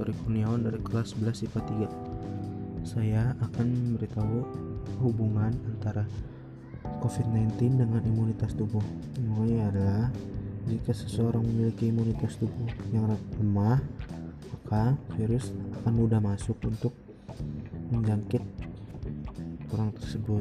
Tori Kurniawan dari kelas 11 IPA 3. Saya akan memberitahu hubungan antara COVID-19 dengan imunitas tubuh. Mulai adalah jika seseorang memiliki imunitas tubuh yang lemah, maka virus akan mudah masuk untuk menjangkit orang tersebut.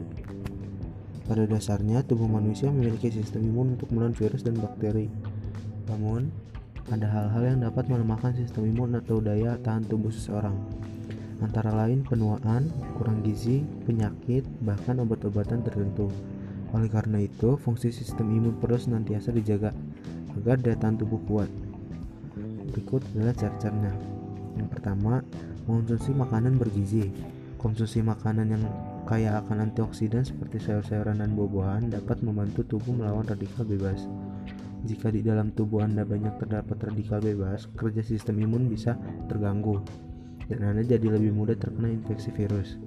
Pada dasarnya, tubuh manusia memiliki sistem imun untuk melawan virus dan bakteri. Namun, ada hal-hal yang dapat melemahkan sistem imun atau daya tahan tubuh seseorang. Antara lain penuaan, kurang gizi, penyakit, bahkan obat-obatan tertentu. Oleh karena itu, fungsi sistem imun perlu senantiasa dijaga agar daya tahan tubuh kuat. Berikut adalah cara-caranya. Yang pertama, mengonsumsi makanan bergizi. Konsumsi makanan yang kaya akan antioksidan seperti sayur-sayuran dan buah-buahan dapat membantu tubuh melawan radikal bebas. Jika di dalam tubuh Anda banyak terdapat radikal bebas, kerja sistem imun bisa terganggu dan Anda jadi lebih mudah terkena infeksi virus.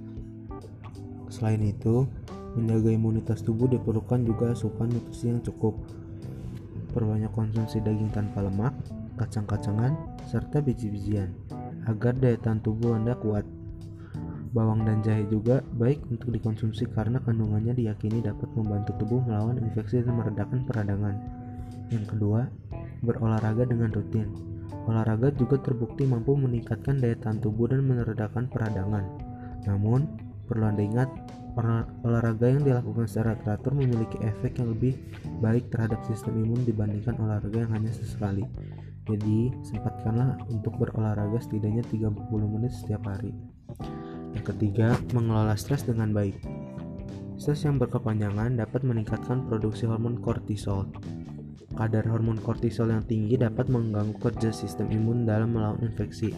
Selain itu, menjaga imunitas tubuh diperlukan juga asupan nutrisi yang cukup. Perbanyak konsumsi daging tanpa lemak, kacang-kacangan, serta biji-bijian agar daya tahan tubuh Anda kuat. Bawang dan jahe juga baik untuk dikonsumsi karena kandungannya diyakini dapat membantu tubuh melawan infeksi dan meredakan peradangan. Yang kedua, berolahraga dengan rutin. Olahraga juga terbukti mampu meningkatkan daya tahan tubuh dan meredakan peradangan. Namun, perlu Anda ingat, olahraga yang dilakukan secara teratur memiliki efek yang lebih baik terhadap sistem imun dibandingkan olahraga yang hanya sesekali. Jadi, sempatkanlah untuk berolahraga setidaknya 30 menit setiap hari. Yang ketiga, mengelola stres dengan baik. Stres yang berkepanjangan dapat meningkatkan produksi hormon kortisol. Kadar hormon kortisol yang tinggi dapat mengganggu kerja sistem imun dalam melawan infeksi.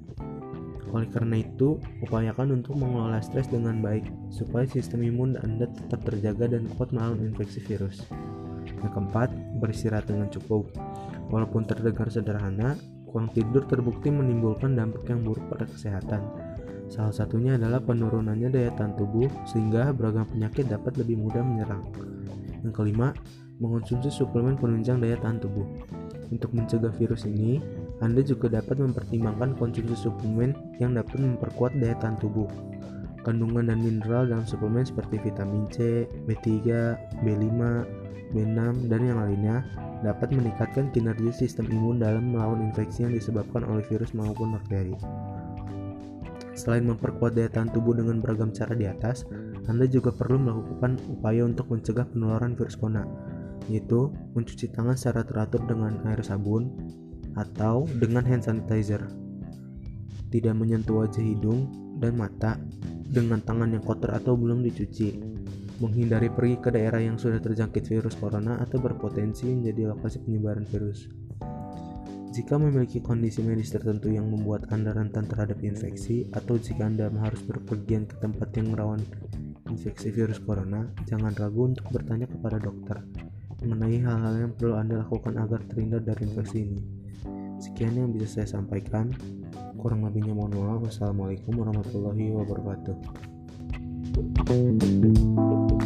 Oleh karena itu, upayakan untuk mengelola stres dengan baik supaya sistem imun Anda tetap terjaga dan kuat melawan infeksi virus. Yang keempat, beristirahat dengan cukup. Walaupun terdengar sederhana, kurang tidur terbukti menimbulkan dampak yang buruk pada kesehatan. Salah satunya adalah penurunannya daya tahan tubuh sehingga beragam penyakit dapat lebih mudah menyerang. Yang kelima, mengonsumsi suplemen penunjang daya tahan tubuh. Untuk mencegah virus ini, Anda juga dapat mempertimbangkan konsumsi suplemen yang dapat memperkuat daya tahan tubuh. Kandungan dan mineral dalam suplemen seperti vitamin C, B3, B5, B6, dan yang lainnya dapat meningkatkan kinerja sistem imun dalam melawan infeksi yang disebabkan oleh virus maupun bakteri. Selain memperkuat daya tahan tubuh dengan beragam cara di atas, Anda juga perlu melakukan upaya untuk mencegah penularan virus corona, yaitu mencuci tangan secara teratur dengan air sabun atau dengan hand sanitizer. Tidak menyentuh wajah, hidung, dan mata dengan tangan yang kotor atau belum dicuci. Menghindari pergi ke daerah yang sudah terjangkit virus corona atau berpotensi menjadi lokasi penyebaran virus. Jika memiliki kondisi medis tertentu yang membuat Anda rentan terhadap infeksi, atau jika Anda harus berpergian ke tempat yang rawan infeksi virus corona, jangan ragu untuk bertanya kepada dokter mengenai hal-hal yang perlu Anda lakukan agar terhindar dari infeksi ini. Sekian yang bisa saya sampaikan. Kurang lebihnya mohon maaf. Wassalamualaikum warahmatullahi wabarakatuh.